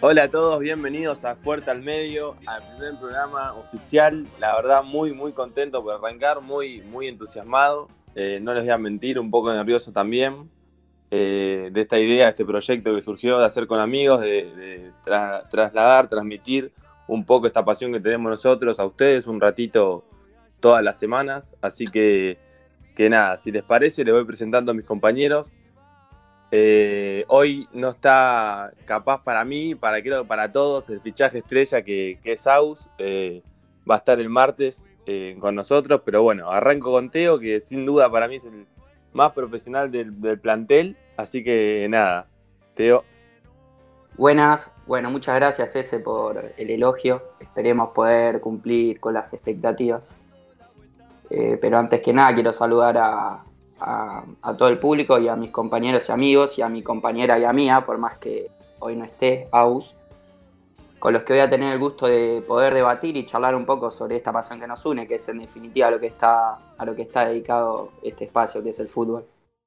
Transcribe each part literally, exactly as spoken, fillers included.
Hola a todos, bienvenidos a Fuerte al Medio, al primer programa oficial. La verdad, muy, muy contento por arrancar, muy, muy entusiasmado. Eh, no les voy a mentir, un poco nervioso también eh, de esta idea, de este proyecto que surgió de hacer con amigos, de, de tra- trasladar, transmitir un poco esta pasión que tenemos nosotros a ustedes un ratito todas las semanas. Así que, que nada, si les parece, les voy presentando a mis compañeros. Eh, hoy no está capaz para mí, para creo que para todos, el fichaje estrella que, que es Aus. Eh, va a estar el martes eh, con nosotros, pero bueno, arranco con Teo, que sin duda para mí es el más profesional del, del plantel, así que nada, Teo. Buenas, bueno, muchas gracias ese por el elogio, esperemos poder cumplir con las expectativas. Eh, pero antes que nada quiero saludar a, a, a todo el público y a mis compañeros y amigos y a mi compañera y a mía, por más que hoy no esté, Aus, con los que voy a tener el gusto de poder debatir y charlar un poco sobre esta pasión que nos une, que es en definitiva lo que está, a lo que está dedicado este espacio, que es el fútbol.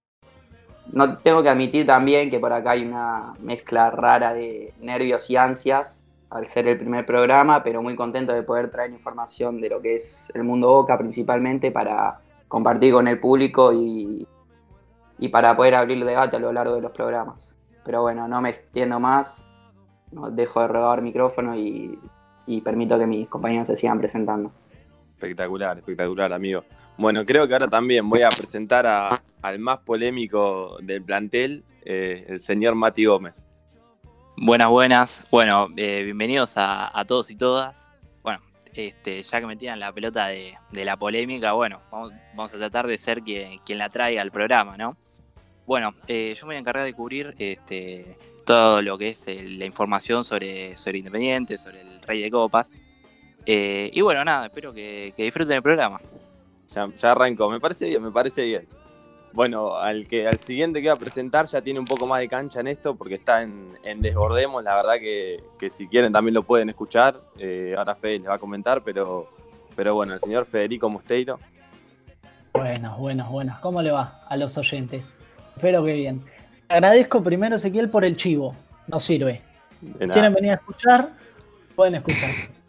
No tengo que admitir también que por acá hay una mezcla rara de nervios y ansias al ser el primer programa, pero muy contento de poder traer información de lo que es el mundo Boca principalmente para compartir con el público y, y para poder abrir debate a lo largo de los programas. Pero bueno, no me extiendo más, no dejo de robar micrófono y, y permito que mis compañeros se sigan presentando. Espectacular, espectacular, amigo. Bueno, creo que ahora también voy a presentar a, al más polémico del plantel, eh, el señor Mati Gómez. Buenas, buenas. Bueno, eh, bienvenidos a, a todos y todas. Bueno, este, ya que me tiran la pelota de, de la polémica, bueno, vamos, vamos a tratar de ser quien, quien la traiga al programa, ¿no? Bueno, eh, yo me voy a encargar de cubrir este, todo lo que es eh, la información sobre, sobre Independiente, sobre el Rey de Copas. Eh, y bueno, nada, espero que, que disfruten el programa. Ya, ya arrancó, me parece bien, me parece bien. Bueno, al que al siguiente que va a presentar ya tiene un poco más de cancha en esto porque está en, en Desbordemos. La verdad que, que si quieren también lo pueden escuchar. Eh, ahora Fede les va a comentar, pero, pero bueno, el señor Federico Mosteiro. Buenas, buenas, buenas. ¿Cómo le va a los oyentes? Espero que bien. Agradezco primero, Ezequiel, por el chivo. Nos sirve. ¿Quieren venir a escuchar? Pueden escuchar.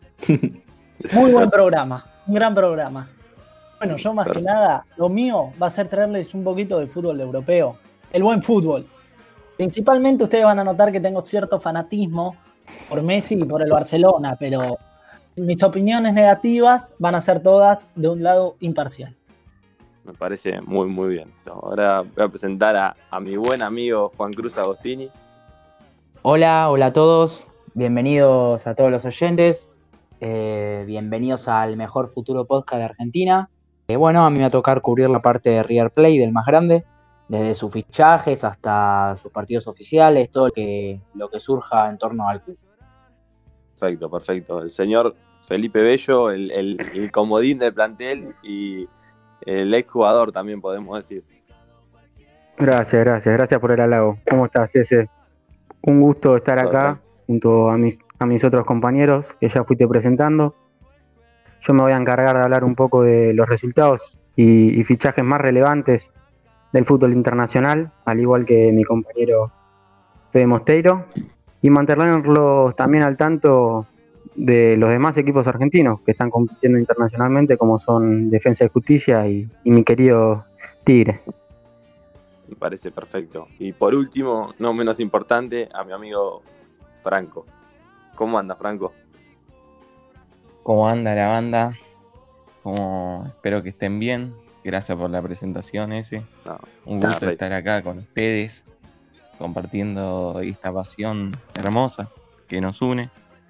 Muy buen programa, un gran programa. Bueno, yo más Perfecto. que nada, lo mío va a ser traerles un poquito de fútbol europeo. El buen fútbol. Principalmente ustedes van a notar que tengo cierto fanatismo por Messi y por el Barcelona, pero mis opiniones negativas van a ser todas de un lado imparcial. Me parece muy, muy bien. Ahora voy a presentar a, a mi buen amigo Juan Cruz Agostini. Hola, hola a todos. Bienvenidos a todos los oyentes. Eh, bienvenidos al mejor futuro podcast de Argentina. Eh, bueno, a mí me va a tocar cubrir la parte de River Plate, del más grande, desde sus fichajes hasta sus partidos oficiales, todo lo que, lo que surja en torno al club. Perfecto, perfecto. El señor Felipe Bello, el, el, el comodín del plantel y el exjugador también podemos decir. Gracias, gracias, gracias por el halago. ¿Cómo estás, Ese? Un gusto estar acá junto a mis, a mis otros compañeros que ya fuiste presentando. Yo me voy a encargar de hablar un poco de los resultados y, y fichajes más relevantes del fútbol internacional, al igual que mi compañero Fede Mosteiro, y mantenerlos también al tanto de los demás equipos argentinos que están compitiendo internacionalmente, como son Defensa y Justicia y, y mi querido Tigre. Me parece perfecto. Y por último, no menos importante, a mi amigo Franco. ¿Cómo anda, Franco? ¿Cómo anda la banda? Como espero que estén bien. Gracias por la presentación, ese. No, Un gusto estar acá con ustedes, compartiendo esta pasión hermosa que nos une.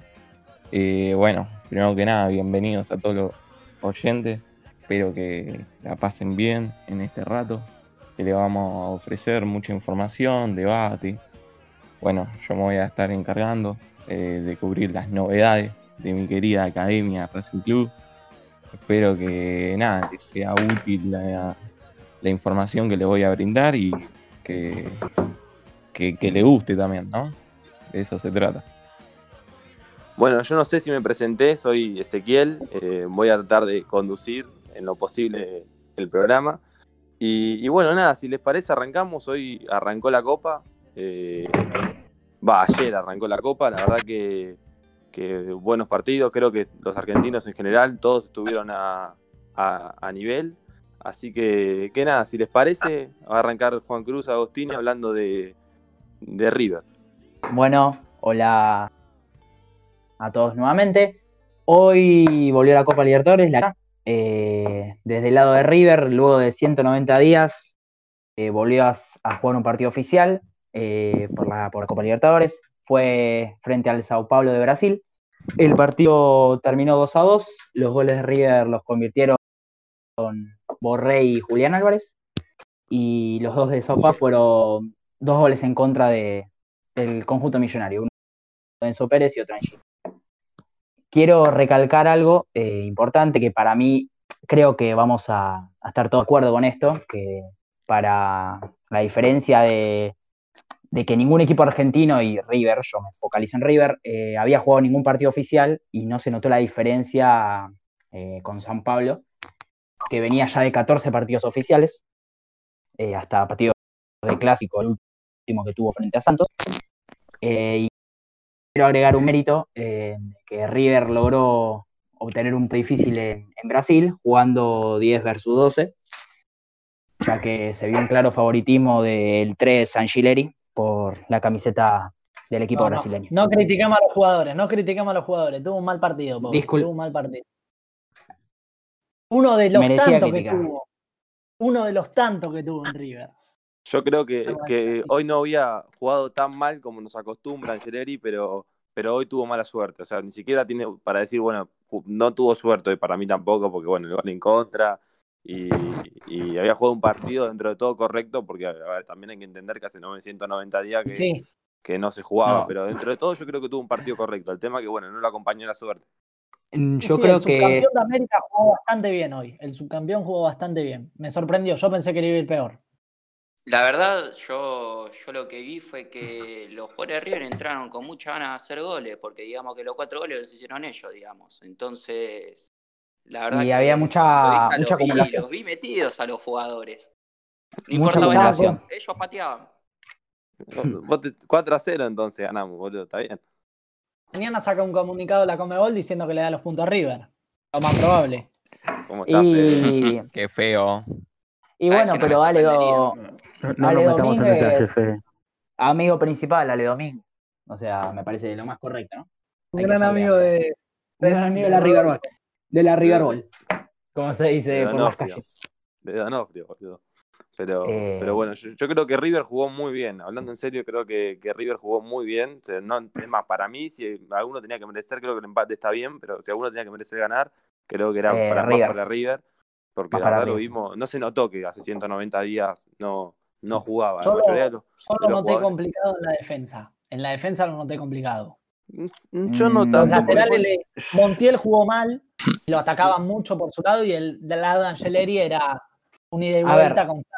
Eh, bueno, primero que nada, bienvenidos a todos los oyentes. Espero que la pasen bien en este rato, que le vamos a ofrecer mucha información, debate. Bueno, yo me voy a estar encargando eh, de cubrir las novedades de mi querida academia Racing Club. Espero que nada, que sea útil la, la información que le voy a brindar y que, que, que le guste también, ¿no? De eso se trata. Bueno, yo no sé si me presenté, soy Ezequiel, eh, voy a tratar de conducir en lo posible el programa. Y, y bueno, nada, si les parece arrancamos, hoy arrancó la Copa. Eh, Va, ayer arrancó la Copa, la verdad que, que buenos partidos, creo que los argentinos en general, todos estuvieron a, a, a nivel. Así que, que nada, si les parece, va a arrancar Juan Cruz Agostini hablando de, de River. Bueno, hola a todos nuevamente. Hoy volvió la Copa Libertadores, la, eh, desde el lado de River, luego de ciento noventa días, eh, volvió a, a jugar un partido oficial eh, por, la, por la Copa Libertadores. Fue frente al Sao Paulo de Brasil. El partido terminó dos a dos. Los goles de River los convirtieron Borré y Julián Álvarez. Y los dos de Sao Paulo fueron dos goles en contra de, del conjunto millonario. Uno de Enzo Pérez y otro en Chile. Quiero recalcar algo eh, importante que para mí creo que vamos a, a estar todos de acuerdo con esto, que para la diferencia de, de que ningún equipo argentino y River, yo me focalizo en River, eh, había jugado ningún partido oficial y no se notó la diferencia eh, con San Pablo, que venía ya de catorce partidos oficiales, eh, hasta partidos de clásico, el último que tuvo frente a Santos. Eh, y quiero agregar un mérito, eh, que River logró obtener un difícil en, en Brasil, jugando diez versus doce, ya que se vio un claro favoritismo del tres Sangileri por la camiseta del equipo no, brasileño. No, no criticamos a los jugadores, no criticamos a los jugadores. Tuvo un mal partido, Pablo, Discul- tuvo un mal partido. Uno de los Merecía tantos crítica. que tuvo. Uno de los tantos que tuvo en River. Yo creo que, que hoy no había jugado tan mal como nos acostumbra Angeleri, pero, pero hoy tuvo mala suerte. O sea, ni siquiera tiene para decir, bueno, no tuvo suerte hoy, para mí tampoco, porque bueno, el gol en contra y, y había jugado un partido dentro de todo correcto, porque a ver, también hay que entender que hace ciento noventa días que, sí. que no se jugaba, No. pero dentro de todo yo creo que tuvo un partido correcto. El tema que, bueno, no lo acompañó la suerte. Yo sí, creo el que... subcampeón de América jugó bastante bien hoy. El subcampeón jugó bastante bien. Me sorprendió, yo pensé que le iba a ir peor. La verdad, yo, yo lo que vi fue que los jugadores de River entraron con mucha ganas de hacer goles, porque digamos que los cuatro goles los hicieron ellos, digamos. Entonces, la verdad Y que había mucha, los, mucha vi, acumulación. los vi metidos a los jugadores. No Mucha importaba acumulación. nada, ellos pateaban. cuatro a cero entonces ganamos, boludo, está bien. Mañana saca un comunicado la Conmebol diciendo que le da los puntos a River. Lo más probable. ¿Cómo está, Y, Qué feo. y Ah, bueno, es que no pero me Ale, sorprendería. No, no Ale nos metamos en Domínguez, detalles, Fede. amigo principal, Ale Domínguez. O sea, me parece lo más correcto, ¿no? Un Hay que gran saber. amigo de. Un gran amigo de la River Ball. De la River Ball. Como se dice de por las Donofrio. calles. De Donofrio, boludo. Pero, Eh, pero bueno, yo, yo creo que River jugó muy bien. Hablando en serio, creo que, que River jugó muy bien. O sea, no, es más, para mí, si alguno tenía que merecer, creo que el empate está bien, pero si alguno tenía que merecer ganar, creo que era Eh, para, más River. para River. Porque Más la para verdad lo River. vimos, no se notó que hace ciento noventa días no, no jugaba. Yo La mayoría de los, lo, yo de lo los noté jugadores. complicado en la defensa. En la defensa lo noté complicado. Yo no Mm, Los tanto. porque laterales, fue- le- Montiel jugó mal, lo atacaban mucho por su lado y el del lado de Angeleri era un ida y A vuelta ver, constante.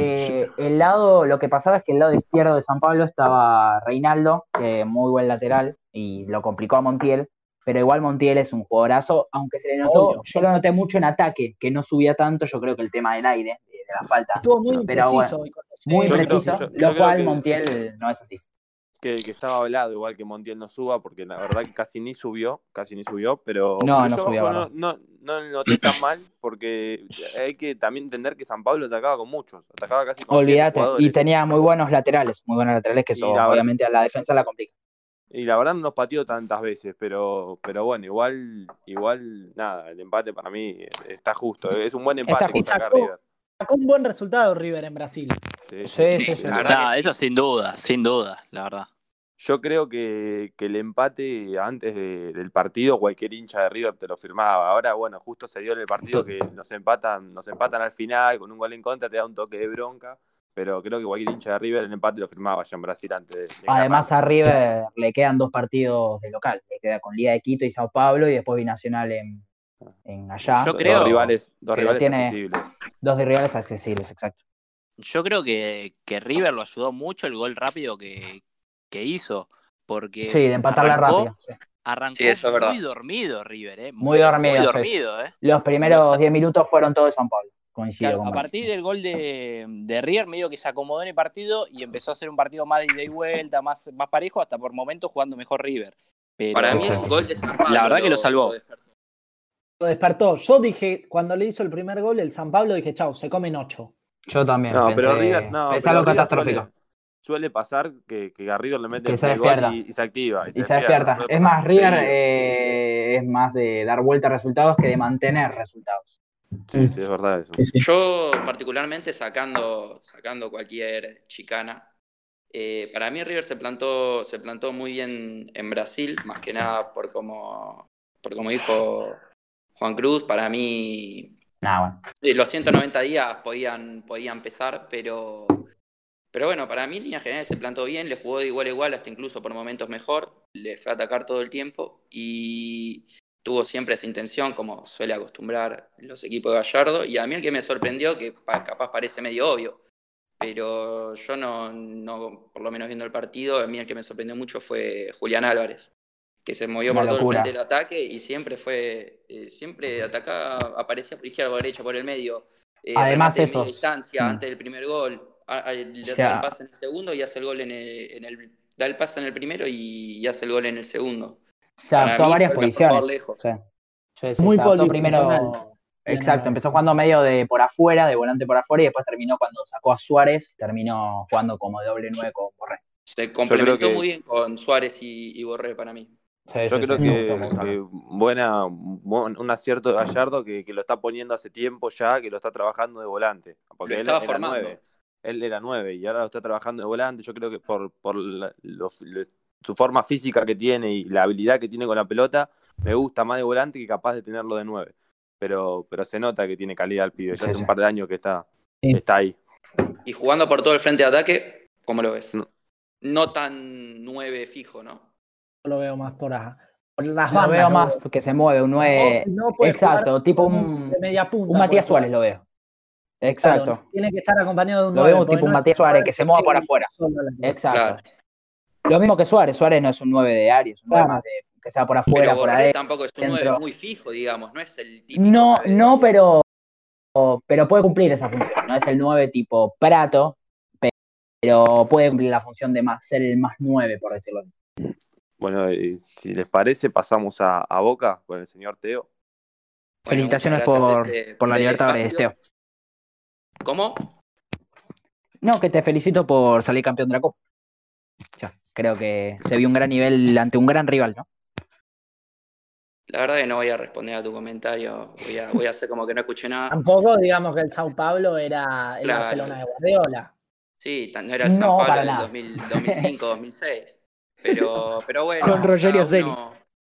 de el lado, lo que pasaba es que el lado izquierdo de San Pablo estaba Reinaldo, que muy buen lateral, y lo complicó a Montiel, pero igual Montiel es un jugadorazo, aunque se le notó, Obvio. yo lo noté mucho en ataque, que no subía tanto, yo creo que el tema del aire, de, de la falta, Estuvo muy pero impreciso bueno, hoy con los muy Yo creo- preciso, yo- yo lo creo cual que- Montiel no es así. Que, que estaba hablado, igual que Montiel no suba, porque la verdad que casi ni subió, casi ni subió, pero, No, pero no yo subía, abajo verdad. no, no, no lo noté tan mal, porque hay que también entender que San Pablo atacaba con muchos, atacaba casi con siete Olvídate, jugadores. y tenía muy buenos laterales, muy buenos laterales que Y eso la ver- obviamente a la defensa la complica. Y la verdad no nos pateó tantas veces, pero, pero bueno, igual, igual, nada, el empate para mí está justo, es un buen empate Está que justo. saca Sacó- River. Sacó un buen resultado River en Brasil. Sí, Sí, Sí, sí, sí. la verdad Nah, que eso sin duda, sin duda, la verdad. Yo creo que, que el empate antes de- del partido, cualquier hincha de River te lo firmaba. Ahora, bueno, justo se dio en el partido que nos empatan, nos empatan al final con un gol en contra, te da un toque de bronca. Pero creo que cualquier hincha de River el empate lo firmaba ya en Brasil antes de, de Además ganar. a River le quedan dos partidos de local, le queda con Liga de Quito y Sao Paulo y después Binacional en, en allá. Yo Dos creo rivales, dos que rivales tiene- accesibles. Dos de rivales accesibles, exacto. Yo creo que, que River lo ayudó mucho el gol rápido que, que hizo. Porque Sí, de empatarla arrancó, rápido. Sí. arrancó Sí, eso es verdad. muy dormido River, ¿eh? Muy dormido, Muy sí. dormido, ¿eh? Los primeros Los- diez minutos fueron todos de San Pablo. coincido Claro, con a Maxi. partir del gol de, de River, medio que se acomodó en el partido y empezó a ser un partido más de ida y vuelta, más, más parejo, hasta por momentos jugando mejor River. Pero Para mí el Exacto. gol de San Pablo la verdad que lo lo salvó. despertó. Lo despertó. Yo dije, cuando le hizo el primer gol, el San Pablo, dije, chau, se comen ocho. Yo también No, pensé, pero River, no, pensé pero algo River catastrófico. Suele, suele pasar que, que a River le meten Que se el gol despierta. y, y se activa. Y se, Y se despierta. despierta. Suele Es pasar más, River seguido. eh, es más de dar vuelta a resultados que de mantener resultados. Sí, sí, es verdad eso. Sí, sí. Yo, particularmente, sacando, sacando cualquier chicana, eh, para mí River se plantó, se plantó muy bien en Brasil, más que nada por como, por como dijo Juan Cruz. Para mí Nah, bueno. eh, los ciento noventa días podían, podían pesar, pero, pero bueno, para mí en líneas generales se plantó bien, le jugó de igual a igual, hasta incluso por momentos mejor, le fue a atacar todo el tiempo y tuvo siempre esa intención, como suele acostumbrar los equipos de Gallardo. Y a mí el que me sorprendió, que pa- capaz parece medio obvio, pero yo no, no, por lo menos viendo el partido, a mí el que me sorprendió mucho fue Julián Álvarez, que se movió Una por todo el locura. frente del ataque y siempre fue, eh, siempre atacaba, aparecía por izquierda, por derecha, por el medio, eh, Además, remate de media esos. distancia mm, antes del primer gol, a- a- le O da el sea, pase en el segundo y hace el gol en el, en el- da el pase en el primero y, y hace el gol en el segundo. se Para adaptó a mí varias fue el mejor jugador posiciones. lejos. Sí. Sí, sí, Muy se adaptó polifuncional. primero. Exacto, empezó jugando medio de por afuera, de volante por afuera, y después terminó cuando sacó a Suárez, terminó jugando como doble nueve con Borré. Se complementó que- muy bien con Suárez y, y Borré para mí. Sí, Yo sí, creo sí, me gustó, me que, gustó. que buena, buen- un acierto de Gallardo que, que lo está poniendo hace tiempo ya, que lo está trabajando de volante. Porque Lo él estaba era formando. nueve. Él era nueve y ahora lo está trabajando de volante. Yo creo que por, por la- lo- lo- su forma física que tiene y la habilidad que tiene con la pelota, me gusta más de volante que capaz de tenerlo de nueve. Pero, pero se nota que tiene calidad el pibe. Ya Sí, hace sí. un par de años que está, Sí. está ahí. Y jugando por todo el frente de ataque, ¿cómo lo ves? No. No tan nueve fijo, ¿no? Yo lo veo más por, a- por las Lo bandas. veo lo más veo. que se mueve, un nueve. No, no puede Exacto, jugar tipo con un, de media punta, un Matías puede Suárez lo veo. Claro, Exacto. tiene que estar acompañado de un Lo nueve. veo porque tipo un no es Matías un nueve Suárez que se mueva por llegue afuera. solo a la pelota. Exacto. Claro. Lo mismo que Suárez. Suárez no es un nueve de área, es un nueve Claro. más de que sea por afuera, Pero por Borré adentro. tampoco es un nueve muy fijo, digamos. No es el típico No, nueve de no, área. pero, pero puede cumplir esa función. No es el nueve tipo Prato, pero puede cumplir la función de más, ser el más nueve, por decirlo así. Bueno, y si les parece, pasamos a, a Boca con el señor Teo. Bueno, Felicitaciones muchas por, gracias, ese, por la el Libertadores, espacio. Teo. ¿Cómo? No, que te felicito por salir campeón de la Copa. Ya, creo que se vio un gran nivel ante un gran rival, ¿no? La verdad que no voy a responder a tu comentario. Voy a, voy a hacer como que no escuché nada. Tampoco digamos que el Sao Paulo era el Claro. Barcelona de Guardiola. Sí, no era el San No, Pablo para del nada. dos mil, dos mil cinco, dos mil seis. Pero, pero bueno, Con Rogerio cada Ceni. uno,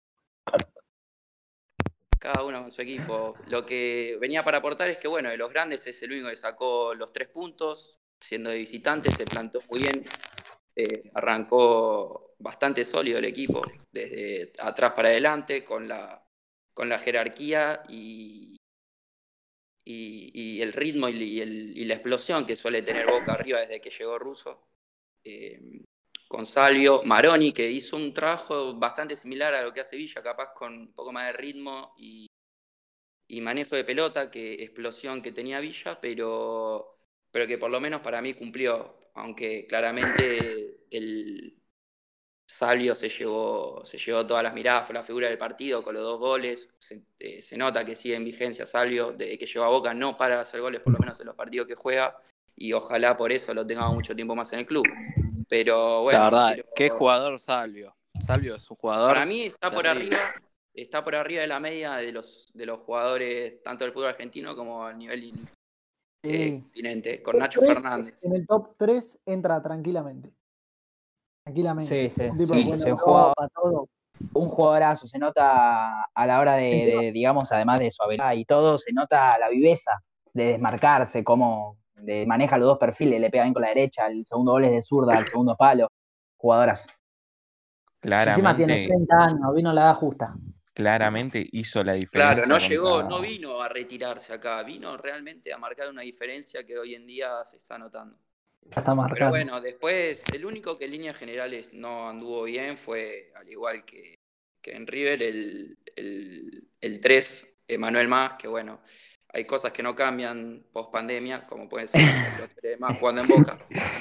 cada uno con su equipo. Lo que venía para aportar es que, bueno, de los grandes es el único que sacó los tres puntos. Siendo de visitante, se plantó muy bien. Eh, arrancó bastante sólido el equipo, desde atrás para adelante, con la, con la jerarquía y, y, y el ritmo y, y, el, y la explosión que suele tener Boca arriba desde que llegó Russo. Eh, con Salvio, Maroni, que hizo un trabajo bastante similar a lo que hace Villa, capaz con un poco más de ritmo y, y manejo de pelota, que explosión que tenía Villa, pero, pero que por lo menos para mí cumplió, aunque claramente el Salvio se llevó, se llevó todas las miradas, fue la figura del partido con los dos goles, se, eh, se nota que sigue en vigencia Salvio, desde que llegó a Boca no para de hacer goles, por lo menos en los partidos que juega, y ojalá por eso lo tengamos mucho tiempo más en el club. Pero bueno, la verdad, pero, qué jugador Salvio. Salvio es un jugador. para mí está por terrible. arriba, está por arriba de la media de los, de los jugadores tanto del fútbol argentino como a nivel eh, continente, con Nacho Tres, Fernández. En el top tres entra tranquilamente. Tranquilamente. Sí, sí. Un tipo Sí, que juega sí, en un jugador- Europa, todo. Un jugadorazo, se nota a la hora de, de, digamos, además de su habilidad y todo, se nota la viveza de desmarcarse, cómo de, maneja los dos perfiles, le pega bien con la derecha, el segundo gol es de zurda, el segundo palo, jugadorazo. Encima tiene Claramente, treinta años, vino a la edad justa. claramente hizo la diferencia. Claro, no contra- llegó, no vino a retirarse acá, vino realmente a marcar una diferencia que hoy en día se está notando. Ya está marcado. Pero bueno, después el único que en líneas generales no anduvo bien fue, al igual que, que en River, el, el, el tres, Emanuel Más, que bueno, hay cosas que no cambian post pandemia, como puede ser los tres demás jugando en Boca.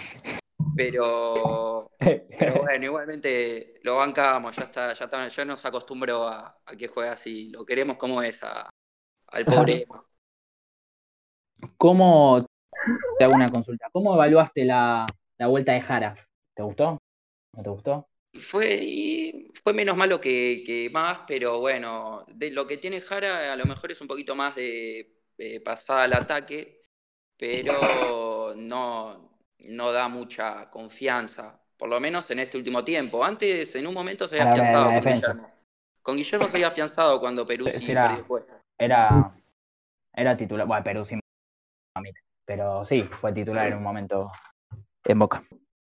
Pero, pero bueno, igualmente lo bancamos, ya está, ya está, ya nos acostumbró a, a que juegue así, lo queremos como es a, al pobre. ¿Cómo, te hago una consulta, cómo evaluaste la, la vuelta de Jara? ¿Te gustó? ¿No te gustó? Fue, y fue menos malo que, que más, pero bueno, de lo que tiene Jara a lo mejor es un poquito más de eh, pasada al ataque, pero no, no da mucha confianza, por lo menos en este último tiempo. Antes, en un momento, se había A la, afianzado la con defensa. Guillermo. Con Guillermo se había afianzado cuando Peruzzi Era, perdió el puesto. era, era titular, bueno, Peruzzi, pero sí, fue titular en un momento en Boca.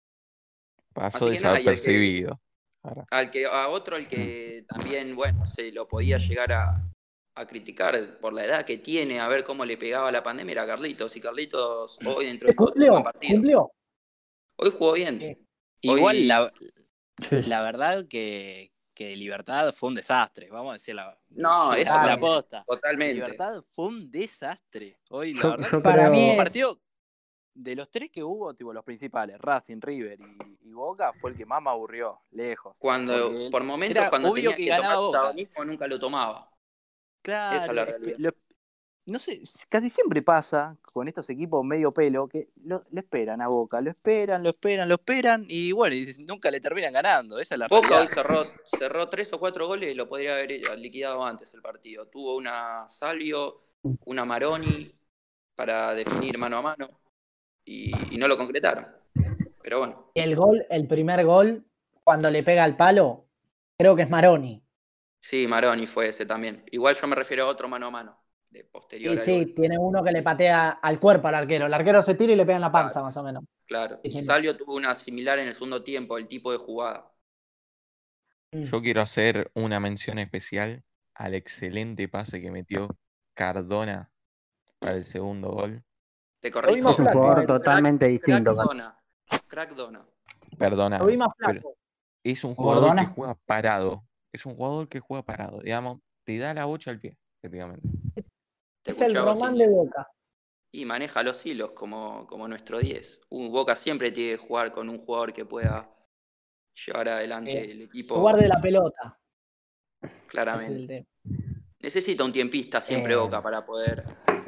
Pasó desapercibido. Al que, a otro, al que también, bueno, se lo podía llegar a, a criticar por la edad que tiene, a ver cómo le pegaba la pandemia, era Carlitos. Y Carlitos hoy dentro de todo tuvo un buen partido. ¿Cumplió? Hoy jugó bien. Eh, Hoy... Igual la, la verdad que, que Libertad fue un desastre, vamos a decir la, no, eso la, la posta. Totalmente. Libertad fue un desastre. Hoy la yo, verdad yo que para creo... mí un es... partido de los tres que hubo, tipo los principales, Racing, River y, y Boca, fue el que más me aburrió, lejos. Cuando, Porque por momentos, era cuando obvio tenía que, que ganaba tomar Boca. protagonismo, nunca lo tomaba. Claro, esa es la realidad. Lo, no sé, casi siempre pasa con estos equipos medio pelo que lo, lo esperan a Boca, lo esperan, lo esperan, lo esperan y bueno, y nunca le terminan ganando. Esa es la Boca realidad. hoy cerró, cerró tres o cuatro goles y lo podría haber liquidado antes el partido. Tuvo una Salvio, una Maroni para definir mano a mano y, y no lo concretaron. Pero bueno. El gol, el primer gol, cuando le pega al palo, creo que es Maroni. Sí, Maroni fue ese también. Igual yo me refiero a otro mano a mano, de posterior Y al sí, gol. tiene uno que le patea al cuerpo al arquero. El arquero se tira y le pega en la panza, Claro, más o menos. Claro. Y Y sí, Salvio tuvo una similar en el segundo tiempo, el tipo de jugada. Yo quiero hacer una mención especial al excelente pase que metió Cardona para el segundo gol. Te corrijo. Es un jugador eh. totalmente crack, distinto. Crack Dona. Crack Dona. Perdona. Lo vi más flaco. Es un jugador ¿Gordona? que juega parado. Es un jugador que juega parado. Digamos, te da la bocha al pie, prácticamente. Te Es el escuchaba, Román Agustín. de Boca. Y maneja los hilos como, como nuestro diez. Un Boca siempre tiene que jugar con un jugador que pueda llevar adelante Eh, el equipo. Jugar de la pelota. Claramente. Necesita un tiempista siempre Eh, Boca para poder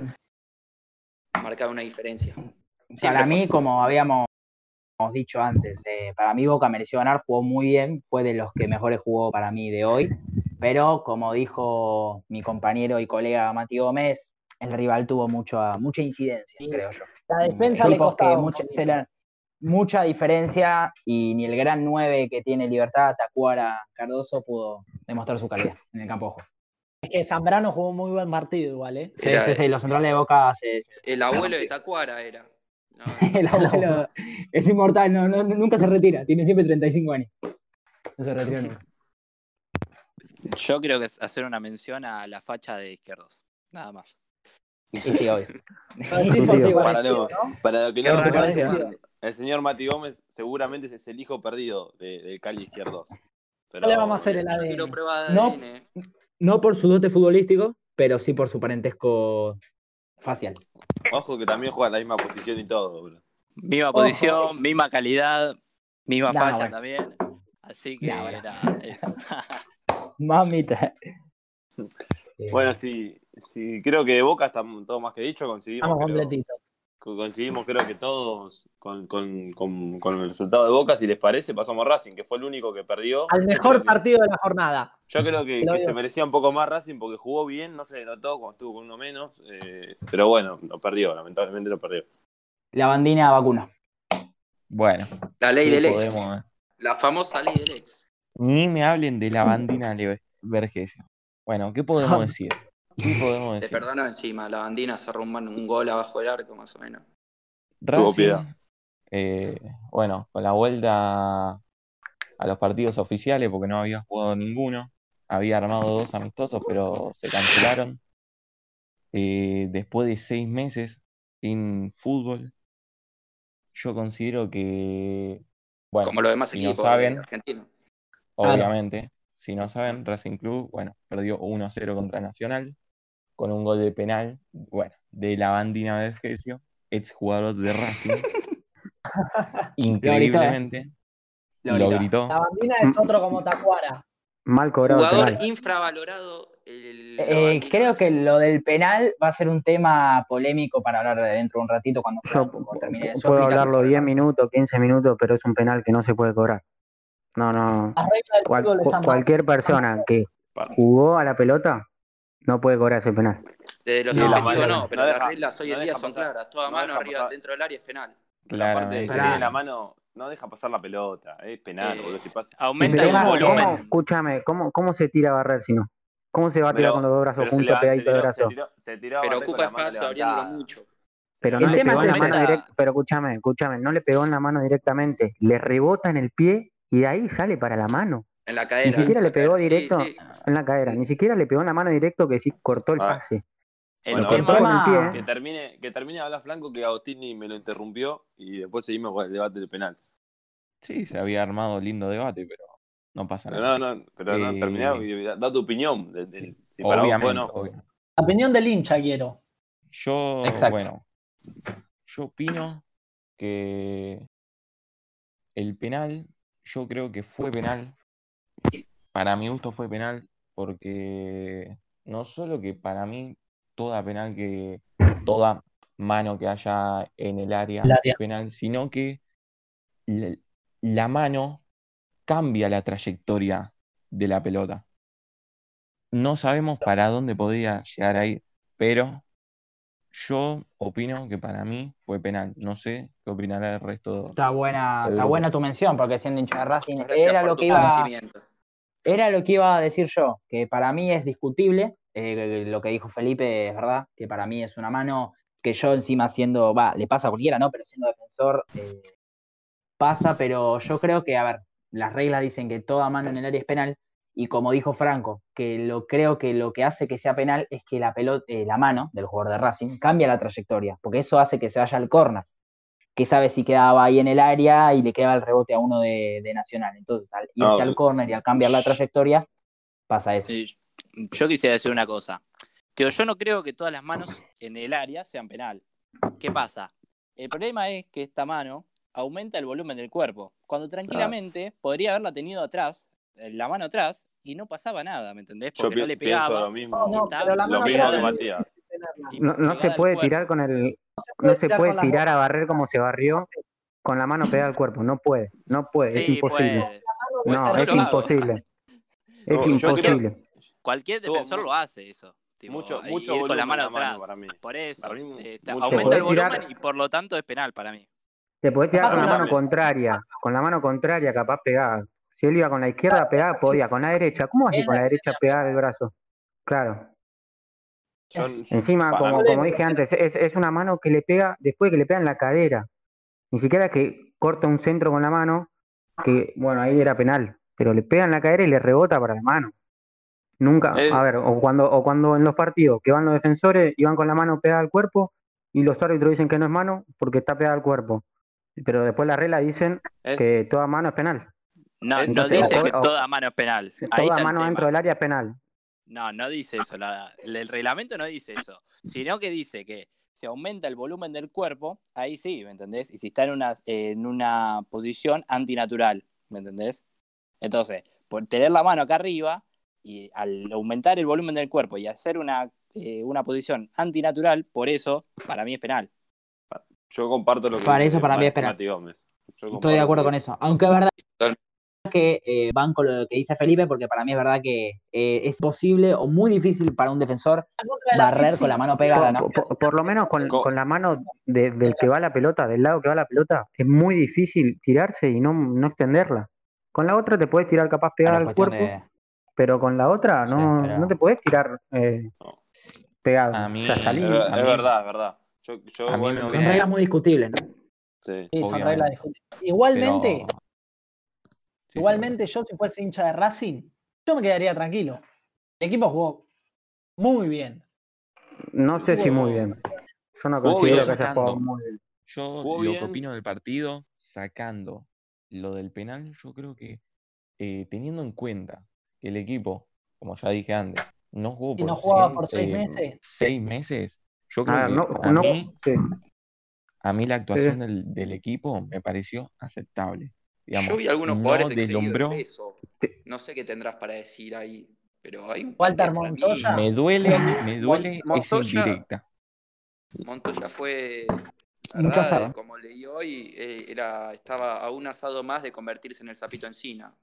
marcar una diferencia. Siempre para mí, así. como habíamos dicho antes, eh, para mí Boca mereció ganar, jugó muy bien, fue de los que mejores jugó para mí de hoy, pero como dijo mi compañero y colega Mati Gómez, el rival tuvo mucha, mucha incidencia, sí, creo yo. La defensa le costaba mucha, mucha diferencia y ni el gran nueve que tiene Libertad, Tacuara, Cardoso, pudo demostrar su calidad en el campo de juego. Es que Zambrano jugó muy buen partido igual, ¿eh? Sí, era, sí, sí, los centrales de Boca se... se el abuelo de Tacuara era. No, no el abuelo es inmortal, no, no, nunca se retira, tiene siempre treinta y cinco años. No se retira nunca. Yo creo que es hacer una mención a la facha de Izquierdos, nada más. Y sí, obvio. para, lo, para lo que no lo conocen, el señor Mati Gómez seguramente es el hijo perdido de, de Cali Izquierdos. Pero le vamos a hacer el A D N. No, no por su dote futbolístico, pero sí por su parentesco facial. Ojo que también juega en la misma posición y todo, bro. Misma Ojo. posición, misma calidad, misma no, facha bueno. también. Así que no, era bueno. eso. Mamita. Bueno, sí, sí, creo que de Boca está todo más que dicho, conseguimos. Estamos creo, completitos. Coincidimos creo que todos con, con, con, con el resultado de Boca, si les parece, pasamos a Racing, que fue el único que perdió. Al mejor que, partido de la jornada. Yo creo que, que se merecía un poco más Racing porque jugó bien, no se le notó cuando estuvo con uno menos, eh, pero bueno, lo perdió, lamentablemente lo perdió. La bandina vacuna. Bueno. La ley del ex. Podemos... La famosa ley del ex. Ni me hablen de la bandina Vergesio. Bueno, ¿qué podemos decir? ¿Qué podemos decir? Te perdono encima, la bandina cerró un, un gol abajo del arco, más o menos. Racing, eh, bueno, con la vuelta a los partidos oficiales, porque no había jugado ninguno, había armado dos amistosos, pero se cancelaron. Eh, después de seis meses sin fútbol, yo considero que, bueno, como los demás si equipos no saben, de Argentina. Obviamente, claro. Si no saben, Racing Club, bueno, perdió uno a cero contra Nacional, con un gol de penal, bueno, de Lavandina Vergesio, ex jugador de Racing. Increíblemente. Lo Lo gritó. gritó. La bandina es otro como Tacuara. Mal cobrado el Jugador penal. infravalorado. El Eh, Lavandina creo que Vergesio. lo del penal va a ser un tema polémico para hablar de dentro de un ratito cuando Yo Franco termine su puedo explicación hablarlo sobre el diez partido. minutos, quince minutos, pero es un penal que no se puede cobrar. No, no. Las reglas del Cual- fútbol cu- están cualquier mal. persona que jugó a la pelota no puede cobrar ese penal. Desde lo No, subjetivo pero- no, pero no las deja- reglas hoy no en día deja son pasar- claras. Toda no mano deja arriba pasar- dentro del área es penal. Pero aparte de que Claramente. tiene la mano, no deja pasar la pelota, es penal, Eh, boludo, si pasa. Aumenta Pero el ¿cómo, volumen. cómo- escúchame, ¿cómo, ¿cómo se tira a barrer si no? ¿Cómo se va a tirar Pero- con los dos brazos pero se, juntos, leva- se pegadito de tiró, se brazo? tiró, se tiró a Pero barrer con ocupa la mano espacio abriéndolo levantada. mucho. Pero Se no El le tema pegó es en la ese. mano Aumenta- directa, pero escúchame, escúchame, no le pegó en la mano directamente, le rebota en el pie y de ahí sale para la mano. En la cadera. Ni siquiera en le la pegó cadera. Sí, directo sí. en la cadera, ni siquiera le pegó en la mano directo que sí cortó el Ah. pase. El Bueno, Lo tema, cortó con el tema- pie. Que termine, que termine de hablar Franco, que Agostini me lo interrumpió y después seguimos con el debate del penal. Sí, se había armado lindo debate, pero no pasa Pero nada. no, no, pero no, Eh, terminá y da da tu opinión. de- de- si para vos Obviamente, fue o no. obvio. La opinión del hincha quiero. Yo, Exacto. bueno, yo opino que el penal, yo creo que fue penal. Para mi gusto fue penal porque no solo que para mí toda penal que, toda mano que haya en el área El área. es penal, sino que la, la mano cambia la trayectoria de la pelota. No sabemos para dónde podía llegar ahí, pero yo opino que para mí fue penal. No sé qué opinará el resto. Está buena, del está grupo. buena tu mención, porque siendo hincha de Racing Gracias era por lo tu que iba, conocimiento. era lo que iba a decir yo, que para mí es discutible, eh, lo que dijo Felipe es verdad, que para mí es una mano que yo encima siendo, va, le pasa a cualquiera, ¿no? Pero siendo defensor eh, pasa, pero yo creo que, a ver, las reglas dicen que toda mano en el área es penal, y como dijo Franco, que lo creo que lo que hace que sea penal es que la pelota, eh, la mano del jugador de Racing cambia la trayectoria, porque eso hace que se vaya al córner, que sabe si quedaba ahí en el área y le quedaba el rebote a uno de, de Nacional. Entonces, al irse No, al córner y al cambiar la trayectoria, pasa eso. eh, yo quisiera decir una cosa. Tío, yo no creo que todas las manos en el área sean penal. ¿Qué pasa? El problema es que esta mano aumenta el volumen del cuerpo, cuando tranquilamente podría haberla tenido atrás, la mano atrás, y no pasaba nada, ¿me entendés? Yo Porque no pi- le pienso pegaba. lo mismo, No, no, Estaba pero la lo mano mismo pegada que al- Matías. y No, no se pegada al puede cuerpo. tirar con el, puede no se tirar puede con las tirar a dos. barrer como se barrió con la mano pegada al cuerpo. No puede, no puede, es Sí, imposible. puede. No, Yo es lo hago. imposible. Es Yo- yo creo- imposible. Cualquier Tuvo defensor mu- lo hace eso. Tipo, mucho- ir mucho con la volumen mano la mano atrás. para mí. Por eso. Para mí, eh, está- mucho aumenta el volumen. volumen y por lo tanto es penal para mí. Te podés tirar Capaz con la con la mano mano- contraria, con la mano contraria capaz pegada. Si él iba con la izquierda pegada, podía. Con la derecha, ¿cómo así con la derecha pegada el brazo? Claro. Yo- Encima, para como, mí- como dije antes, es, es una mano que le pega después que le pega en la cadera. Ni siquiera es que corta un centro con la mano, que bueno, ahí era penal, pero le pega en la cadera y le rebota para la mano. Nunca, Él- a ver, o cuando, o cuando en los partidos que van los defensores y van con la mano pegada al cuerpo y los árbitros dicen que no es mano porque está pegada al cuerpo. Pero después las reglas dicen es- que toda mano es penal. No, Es- no Entonces, dice o- que o- toda mano es penal. Ahí Toda está el mano tema. dentro del área es penal. No, no dice eso. la- el reglamento no dice eso. Sino que dice que si aumenta el volumen del cuerpo, ahí sí, ¿me entendés? Y si está en una, en una posición antinatural, ¿me entendés? Entonces, por tener la mano acá arriba y al aumentar el volumen del cuerpo y hacer una, eh, una posición antinatural, por eso, para mí es penal. Yo comparto lo que Para dice eso para mí Ma- es penal. Mati Gómez. Yo Estoy comparto de acuerdo lo con que- eso. Aunque es verdad Total. que eh, van con lo que dice Felipe, porque para mí es verdad que eh, es posible o muy difícil para un defensor barrer con la mano pegada, ¿no? Por, por- por lo menos con, Co- con la mano de- del que va la pelota, del lado que va la pelota, es muy difícil tirarse y no, no extenderla. Con la otra te puedes tirar capaz pegada Claro, al cuestión cuerpo, de- pero con la otra Sí, no, pero- no te puedes tirar eh, No. pegado. A mí- O sea, salí. Es, A es mí- verdad, es verdad. Yo, yo a mí igual me no- Son hubiera- reglas muy discutibles, ¿no? sí. Sí, son Obviamente. reglas discutibles. Igualmente, Pero- Sí, igualmente yo si fuese hincha de Racing, yo me quedaría tranquilo. El equipo jugó muy bien. No sé si muy bien. Yo no Jugó considero bien que haya sacando. jugado muy bien. Yo Jugó lo bien. que opino del partido, sacando lo del penal, yo creo que eh, teniendo en cuenta que el equipo, como ya dije antes, no jugó ¿Y por no jugaba cien, por seis eh, meses? seis meses. Yo creo Ah, que no, a no, mí, sí, a mí la actuación sí. del, del equipo me pareció aceptable. Yo Digamos, vi algunos no jugadores excedidos de deslumbró. peso. No sé qué tendrás para decir ahí, pero hay un par que Walter para mí. Montoya. Me duele, me duele Mon- esa Montoya, indirecta. Montoya fue, la Mucho verdad, asado. eh, como leí hoy, eh, era, estaba a un asado más de convertirse en el sapito encina.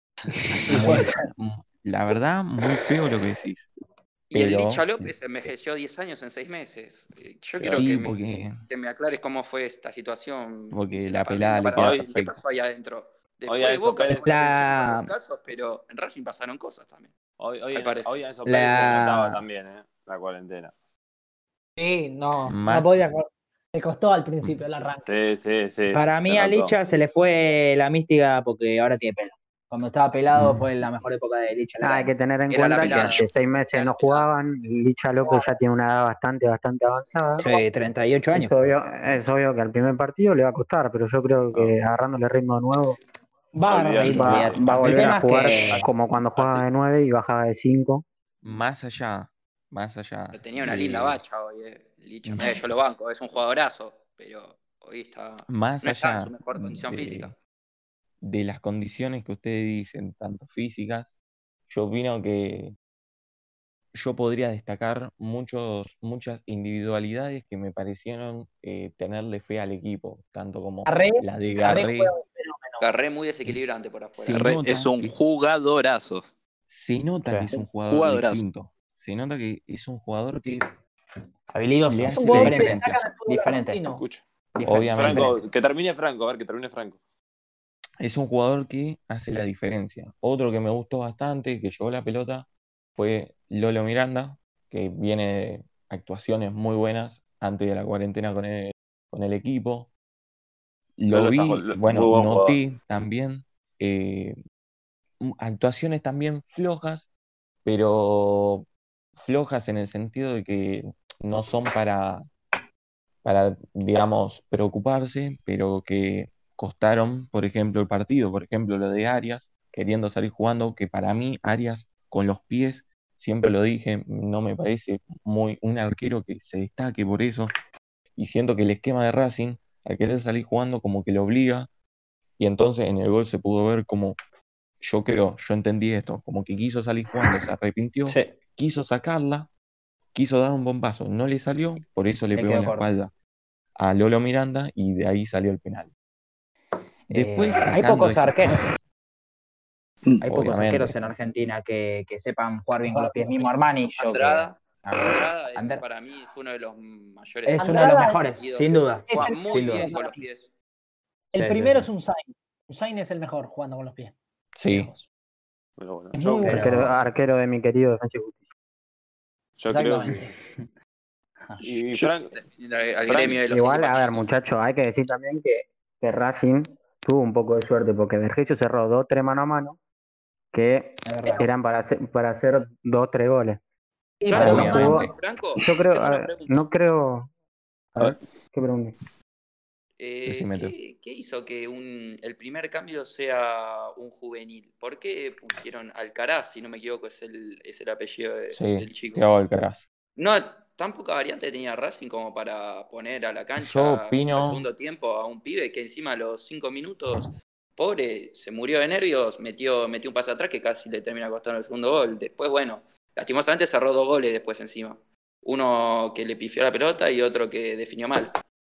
Muy, la verdad, muy feo lo que decís. Y el Pero Licha López envejeció diez años en seis meses. Eh, Yo quiero sí, que me, porque, que me aclares cómo fue esta situación porque de la la pelada pandemia le para queda Hoy- Racing. ¿Qué perfecta. pasó ahí adentro? Hoy Después de Enzo Boca se Pérez, fue atención con La- los casos, pero en Racing pasaron cosas también, hoy, hoy, al en, parecer. hoy en Enzo Pérez se La- notaba también, ¿eh? La cuarentena. Sí, no, Más- no podía. co- Le costó al principio el arranque. Sí, sí, sí. Para se mí a notó. Licha se le fue la mística porque ahora tiene pelo. Cuando estaba pelado Mm. fue la mejor época de Licha. en la Ah, hay que tener en Era la cuenta que pelada. hace seis meses Era la no pelada. jugaban. Licha López ya tiene una edad bastante, bastante avanzada. Sí, treinta y ocho años. Es obvio, es obvio que al primer partido le va a costar, pero yo creo que agarrándole ritmo de nuevo Va a Olvídate. reír. va, Olvídate. va a El volver tema a es jugar que- como cuando jugaba así- de nueve y bajaba de cinco. Más allá, más allá. Pero tenía una de- linda bacha hoy, eh. Licha. Mira, yo lo banco, es un jugadorazo, pero hoy está, Más no está en allá su mejor condición de- física. de las condiciones que ustedes dicen, tanto físicas, yo opino que yo podría destacar muchos, muchas individualidades que me parecieron eh, tenerle fe al equipo, tanto como Garré, la de Garré Garré. juega un fenómeno. Carré muy desequilibrante por afuera. Se Re- nota es un que- jugadorazo. Se nota Sí. que es un Un jugador jugadorazo. distinto. Se nota que es un jugador que Habilidoso. le Es hace un la jugador que diferencia. destaca en el fútbol Diferente. argentino. Escucha. Diferente. Obviamente. Franco, que termine Franco, a ver, que termine Franco. Es un jugador que hace la diferencia. Otro que me gustó bastante, que llevó la pelota, fue Lolo Miranda, que viene de actuaciones muy buenas antes de la cuarentena con el, con el equipo. Lo Lolo vi, está jugando- bueno, muy buen noté también eh, actuaciones también flojas, pero flojas en el sentido de que no son para, para, digamos, preocuparse, pero que costaron, por ejemplo, el partido. Por ejemplo, lo de Arias, queriendo salir jugando, que para mí Arias con los pies, siempre lo dije, no me parece muy un arquero que se destaque por eso. Y siento que el esquema de Racing, al querer salir jugando, como que lo obliga. Y entonces en el gol se pudo ver como, yo creo, yo entendí esto, como que quiso salir jugando, se arrepintió, Sí. quiso sacarla, quiso dar un bombazo, no le salió, por eso le Le pegó en quedó la corto. espalda a Lolo Miranda y de ahí salió el penal. Después, Eh, hay sacando pocos esas arqueros. cosas, Hay pocos obviamente. arqueros en Argentina que, que sepan jugar bien con los pies. Mismo Armani. Yo que- Andrada, a ver, Andrada es, Ander- para mí es uno de los mayores. es uno de Andrada los es- mejores, Ido. sin duda. Es Juega el muy sin duda. bien con los pies. El Sí, primero sí, es un Zayn. Un Zayn es el mejor jugando con los pies. Sí, Lejos. Pero bueno, Es yo, muy bueno. Arquero, arquero de mi querido Defensa y Justicia. yo creo que. Exactamente. Y Franco, Al, al gremio de los Igual, a equipos ver, chicos. muchachos, hay que decir también que, que Racing tuvo un poco de suerte porque Vergesio cerró dos, tres mano a mano que Es verdad. eran para hacer, para hacer dos, tres goles. Sí, Yo pero tengo no una jugó- jugó. pregunta, Franco. Yo creo, tengo a una ver, pregunta. no creo. A ver, ¿qué pregunta? Eh, Decime tú. ¿qué, qué hizo que un, el primer cambio sea un juvenil? ¿Por qué pusieron Alcaraz, si no me equivoco, es el, es el apellido de- sí, del chico? Thiago Alcaraz. No, tan poca variante tenía Racing como para poner a la cancha Yo en opino- el segundo tiempo a un pibe que encima a los cinco minutos, pobre, se murió de nervios, metió, metió un pase atrás que casi le termina costando el segundo gol. Después, bueno, lastimosamente cerró dos goles después encima. Uno que le pifió la pelota y otro que definió mal.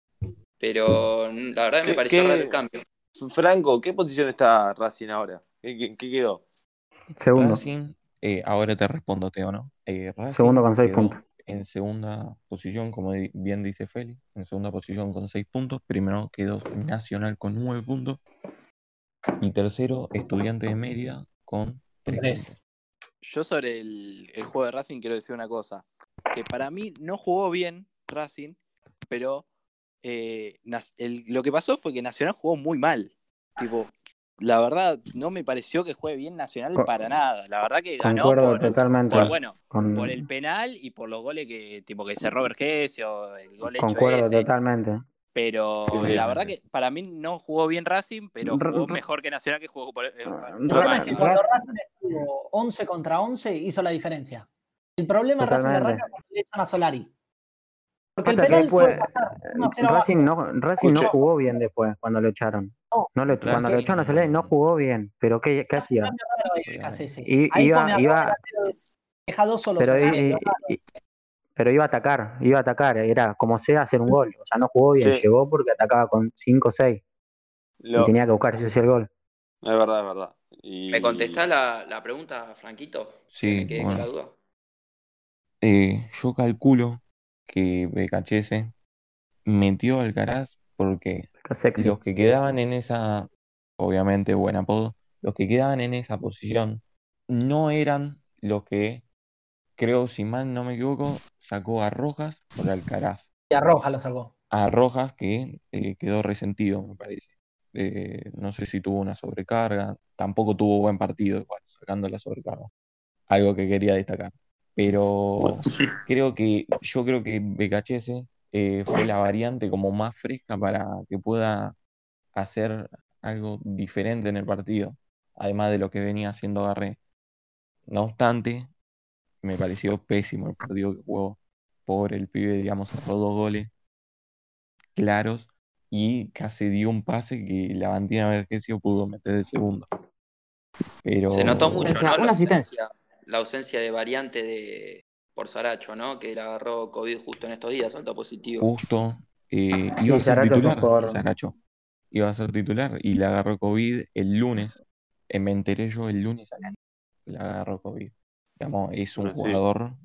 Pero mm, la verdad me ¿Qué- pareció qué- raro el cambio. Franco, ¿qué posición está Racing ahora? ¿Qué, qué- qué quedó? Segundo. Racing, eh, ahora te respondo, Teo, ¿no? Eh, Racing Segundo con seis quedó puntos. En segunda posición, como di- bien dice Feli, en segunda posición con seis puntos. Primero quedó Nacional con nueve puntos. Y tercero, Estudiante de Mérida con tres Tres. puntos. Yo sobre el, el juego de Racing quiero decir una cosa. Que para mí no jugó bien Racing, pero eh, Nas- el- lo que pasó fue que Nacional jugó muy mal. Tipo, la verdad, no me pareció que juegue bien Nacional Co- para nada. La verdad que ganó Concuerdo por, totalmente. por, bueno, con, por el penal y por los goles que tipo que cerró Vergesio, el gol hecho concuerdo ese. totalmente. Pero Sí, la verdad que para mí no jugó bien Racing, pero R- jugó r- mejor que Nacional, que jugó por, eh, Ah, por El tema mal, es que la cuando verdad. Racing estuvo once contra once hizo la diferencia. El problema Totalmente. Racing arranca cuando le echan a Solari. Porque Pasa el penal que después, puede pasar uno a cero Racing, abajo. no, Racing no Escuche. jugó bien después cuando lo echaron. No, No lo- Claro. cuando lo echaron a Solari no jugó bien. ¿Pero qué, qué hace un hacía? cambio raro ahí, Cassese. I- Ahí iba- pone a iba- dos delanteros, deja dos solos Pero, en el i- medio. i- i- pero iba a atacar, iba a atacar, era como sea hacer un gol. O sea, no jugó bien, Sí. llegó porque atacaba con cinco o seis y Lo- tenía que buscar si hacía el gol. Es verdad, es verdad. Y... ¿Me contestás la, la pregunta, Franquito? Sí, Que me quedé con bueno. la duda. Eh, yo calculo que B K H S metió a Alcaraz porque Está sexy. los que quedaban en esa, obviamente buen apodo, los que quedaban en esa posición no eran los que, creo, si mal no me equivoco, sacó a Rojas por Alcaraz. Y a Roja lo sacó. A Rojas que eh, quedó resentido, me parece. Eh, no sé si tuvo una sobrecarga, tampoco tuvo buen partido, igual, sacando la sobrecarga. Algo que quería destacar. Pero creo que, yo creo que B K H S eh, fue la variante como más fresca para que pueda hacer algo diferente en el partido, además de lo que venía haciendo Garré. No obstante, me pareció pésimo el partido que jugó. Pobre el pibe, digamos, sacó dos goles claros y casi dio un pase que la Bantina Vergesio pudo meter el segundo. Pero Se notó mucho, Una ¿no? La asistencia. ausencia, la ausencia de variante de por Saracho, ¿no? Que le agarró COVID justo en estos días, saltó positivo. justo eh, iba a ser Saracho es un titular, jugador. Saracho. Iba a ser titular y le agarró COVID el lunes. Eh, me enteré yo el lunes a la noche que le agarró COVID. Digamos, es un Bueno, sí. jugador.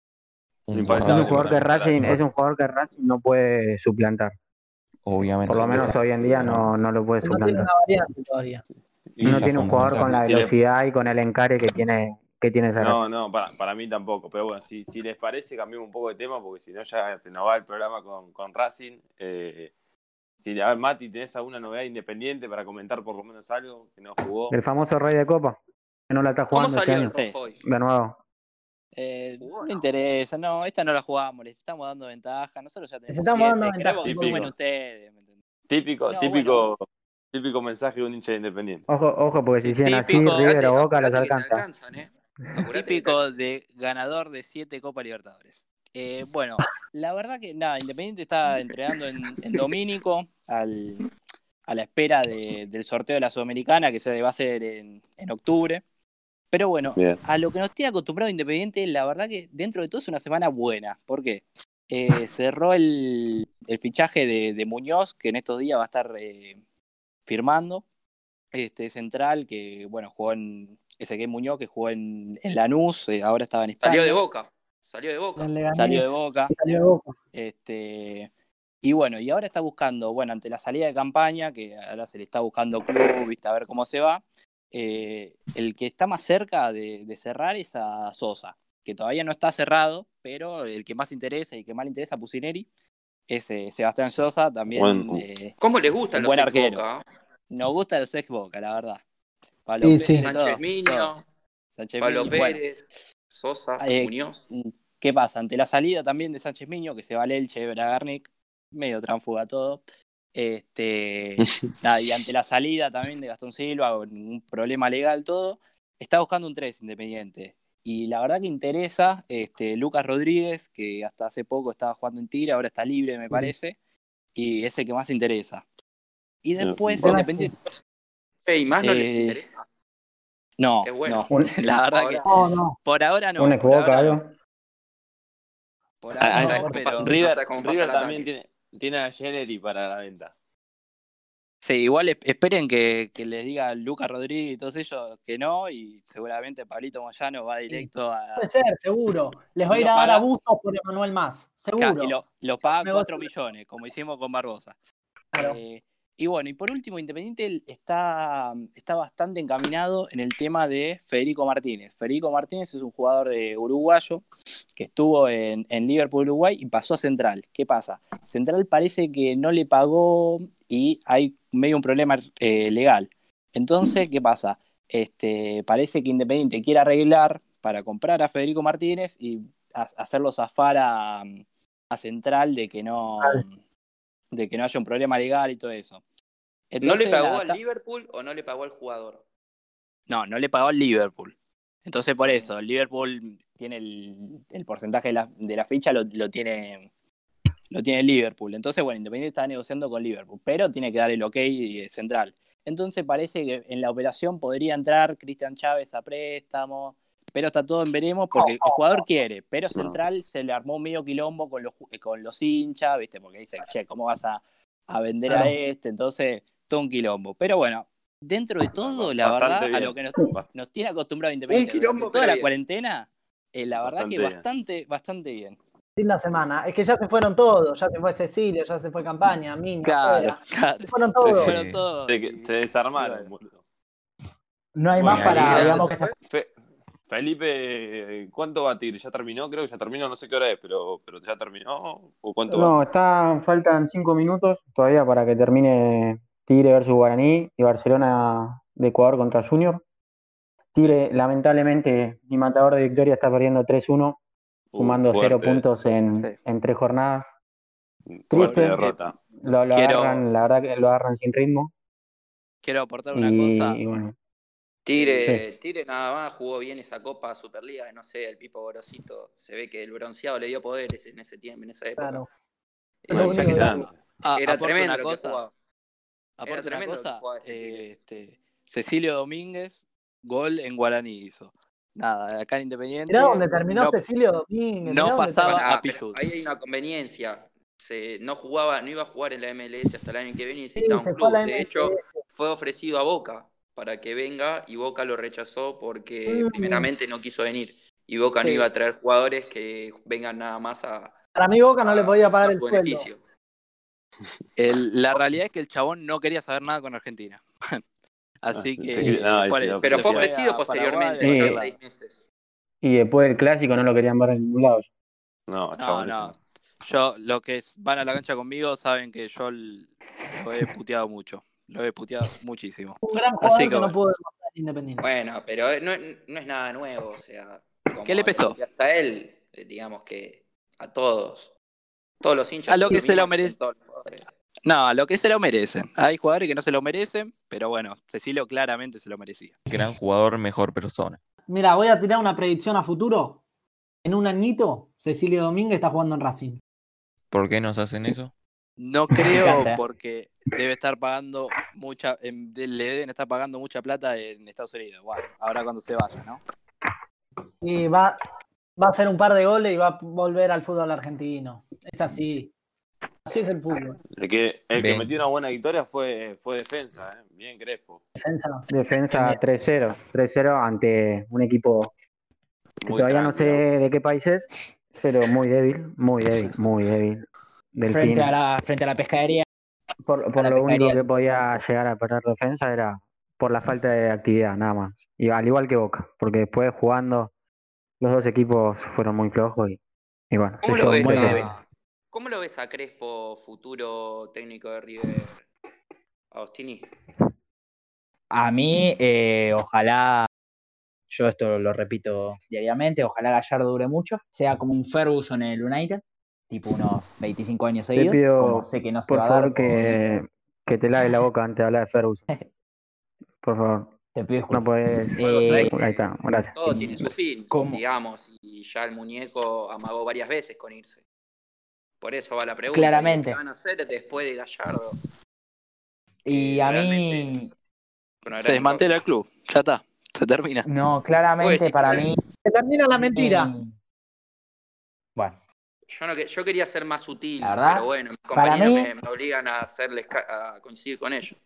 Un Es Infaltable. un jugador que para Racing, Saracho. es un jugador que Racing no puede suplantar. obviamente. Por lo menos hoy en día no, no lo puede No tiene suplantar. una variante todavía. Y No ya tiene un jugador con la Sí, le- velocidad y con el encare que tiene, que tiene Saracho. No, no, para, para mí tampoco. Pero bueno, si, si les parece, cambiemos un poco de tema, porque si no, ya te nos va el programa con, con Racing. Eh, si, a ver, Mati, ¿tenés alguna novedad independiente para comentar por lo menos algo que no jugó? El famoso Rey de Copa, que no la está ¿Cómo jugando este salió el año. rojo hoy? De nuevo. Eh, Jugó, no ¿no? interesa, no, esta no la jugamos, les estamos dando ventaja, nosotros ya tenemos estamos siete, dando ventaja. queremos que Típico. sumen ustedes, ¿me entendés? Típico, No, típico, típico mensaje de un hincha de Independiente. Ojo, ojo, porque Sí, si siguen así, típico. River o Boca los Apurate que te alcanza. alcanzan, ¿eh? Apurate que te Típico alcanzan. de ganador de siete Copa Libertadores. Eh, bueno, la verdad que nada, Independiente está entrenando en, en Domínico al, a la espera de- del sorteo de la Sudamericana que se va a hacer en, en octubre. Pero bueno, Bien. a lo que nos tiene acostumbrado Independiente, la verdad que dentro de todo es una semana buena. ¿Por qué? Eh, cerró el, el fichaje de, de Muñoz, que en estos días va a estar eh, firmando. Este central que, bueno, jugó en Ezequiel Muñoz, que jugó en, en Lanús, eh, ahora estaba en España. Salió de Boca. Salió de Boca. El Leganés Salió de Boca. Salió de Boca. Este, y bueno, y ahora está buscando, bueno, ante la salida de campaña, que ahora se le está buscando club, viste, a ver cómo se va. Eh, el que está más cerca de, de cerrar es a Sosa, que todavía no está cerrado, pero el que más interesa y el que más le interesa a Pusineri es eh, Sebastián Sosa, también Bueno. eh, ¿Cómo les gustan un los buen ex arquero. Boca? Nos gusta los ex Boca, la verdad. Pablo Sí, Pérez, sí. todo, Sánchez Miño, todo. Sánchez Pablo Miño, bueno. Pérez, Sosa, Eh, Muñoz. ¿Qué pasa? Ante la salida también de Sánchez Miño, que se va al Elche, Bragarnik, medio tránfuga todo. Este, nada, y ante la salida también de Gastón Silva, con un problema legal, todo, está buscando un tres Independiente. Y la verdad que interesa este, Lucas Rodríguez, que hasta hace poco estaba jugando en Tigre, ahora está libre, me parece, y es el que más interesa. Y después, Bueno. Independiente. Hey, ¿y más no les Eh, interesa? No, Qué bueno. no, la verdad Ahora- que No, no. por ahora no. ¿Un por equivoca ahora no. algo? Por Ah, ahora ah, no, sabes cómo pero. pasa. No River, sabes cómo pasa River el también ataque. tiene, tiene a Generi para la venta. Sí, igual es- esperen que, que les diga Lucas Rodríguez y todos ellos que no, y seguramente Pablito Moyano va directo a. Puede ser, seguro. Les va a Y ir lo a dar paga- abusos por Emanuel Más. Seguro. Y lo, lo paga Negocio. cuatro millones, como hicimos con Barbosa. Claro. Eh, y bueno, y por último, Independiente está, está bastante encaminado en el tema de Federico Martínez. Federico Martínez es un jugador de uruguayo que estuvo en, en Liverpool, Uruguay, y pasó a Central. ¿Qué pasa? Central parece que no le pagó y hay medio un problema eh, legal. Entonces, ¿qué pasa? Este, parece que Independiente quiere arreglar para comprar a Federico Martínez y ha- hacerlo zafar a, a Central de que no... de que no haya un problema legal y todo eso. ¿No Entonces, le pagó nada, al ta- Liverpool o no le pagó al jugador? No, no le pagó al Liverpool. Entonces por eso, el Liverpool tiene el, el porcentaje de la, de la ficha, lo, lo tiene lo tiene Liverpool. Entonces, bueno, Independiente está negociando con Liverpool, pero tiene que dar el ok central. Entonces parece que en la operación podría entrar Cristian Chávez a préstamo, pero está todo en veremos porque el jugador quiere, pero Central se le armó medio quilombo con los, con los hinchas, ¿viste? Porque dicen, che, ¿cómo vas a, a vender claro. a este? Entonces, todo un quilombo. Pero bueno, dentro de todo, la verdad, bien. A lo que nos, nos tiene acostumbrado Independiente, un quilombo, toda la bien. Cuarentena, eh, la verdad bastante que bastante, bien. bastante bien. Linda semana. Es que ya se fueron todos, ya se fue Cecilio, ya se fue Campaña, Mina, claro, claro. Se fueron todos. Se, fueron todos. Se, se desarmaron. No hay bueno, más para, digamos que se... Fe, Felipe, ¿cuánto va Tigre? ¿Ya terminó? Creo que ya terminó, no sé qué hora es, pero, pero ¿ya terminó? ¿O cuánto no, va? está, faltan cinco minutos todavía para que termine Tigre versus Guaraní y Barcelona de Ecuador contra Junior. Tigre, lamentablemente, mi matador de victoria está perdiendo tres uno, uh, sumando fuerte. cero puntos en, sí. en tres jornadas. Triste derrota. Lo, lo Quiero... agarran, la verdad que lo agarran sin ritmo. Quiero aportar una y, cosa. Y bueno. Tigre, sí. Tigre nada más jugó bien esa Copa Superliga, no sé, el Pipo Gorosito, se ve que el bronceado le dio poderes en ese tiempo, en esa época. Claro. Eh, bueno, ya que era ah, era tremendo una cosa, lo que era tremendo una cosa, eh, este, Cecilio Domínguez, gol en Guaraní hizo. Nada, acá en Independiente. Mirá donde terminó no, Cecilio Domínguez. No pasaba bueno, a Pichut. Ahí hay una conveniencia. Se, no jugaba, no iba a jugar en la M L S hasta el año que viene y necesitaba sí, un club. De hecho, fue ofrecido a Boca para que venga y Boca lo rechazó porque mm. primeramente no quiso venir. Y Boca sí. no iba a traer jugadores que vengan nada más a... Para mí Boca no a, le podía pagar el beneficio. El, la realidad es que el chabón no quería saber nada con Argentina. Así que... Sí, no, por eso, pero fue ofrecido posteriormente, sí. por seis meses. Y después del Clásico no lo querían ver en ningún lado. No, no, no. Yo, los que van a la cancha conmigo saben que yo lo he puteado mucho. Lo he puteado muchísimo. Un gran jugador Así que, que bueno. no pudo demostrar Independiente. Bueno, pero no, no es nada nuevo, o sea... ¿Qué le pesó? Hasta él, digamos que a todos. Todos los hinchas. A lo que se lo merecen. No, a lo que se lo merecen. Hay jugadores que no se lo merecen, pero bueno, Cecilio claramente se lo merecía. Gran jugador, mejor persona. Mira, voy a tirar una predicción a futuro. En un añito, Cecilio Domínguez está jugando en Racing. ¿Por qué nos hacen eso? No creo, porque debe estar pagando mucha, le deben estar pagando mucha plata en Estados Unidos. Bueno, ahora cuando se vaya, ¿no? Y va, va a hacer un par de goles y va a volver al fútbol argentino. Es así. Así es el fútbol. El que, el que metió una buena victoria fue, fue Defensa, ¿eh? Bien Crespo. Defensa. Defensa tres cero. tres cero ante un equipo que muy todavía tranquilo. No sé de qué país es, pero muy débil, muy débil, muy débil. Del frente, a la, frente a la pescadería. Por, por lo único que podía llegar a perder Defensa era por la falta de actividad, nada más. Y al igual que Boca, porque después jugando los dos equipos fueron muy flojos y, y bueno, ¿Cómo se lo, ves muy a, ¿Cómo lo ves a Crespo, futuro técnico de River, Agostini? A mí, eh, ojalá, yo esto lo repito diariamente, ojalá Gallardo dure mucho, sea como un Ferguson en el United, tipo unos veinticinco años seguidos. Te pido, como sé que no se por va favor, a dar que, por... que te laves la boca antes de hablar de Ferguson. Por favor. Te pido no podés. Eh, Ahí está, gracias. Todo tiene su fin, ¿Cómo? digamos, y ya el muñeco amagó varias veces con irse. Por eso va la pregunta. Claramente. ¿Qué van a hacer después de Gallardo? Y a mí... Se desmantela el club, ya está, se termina. No, claramente para mí... Se termina la mentira. Y... Bueno. Yo, no, yo quería ser más sutil, la verdad, pero bueno, mis compañeros mí... me, me obligan a, hacerles a coincidir con ellos.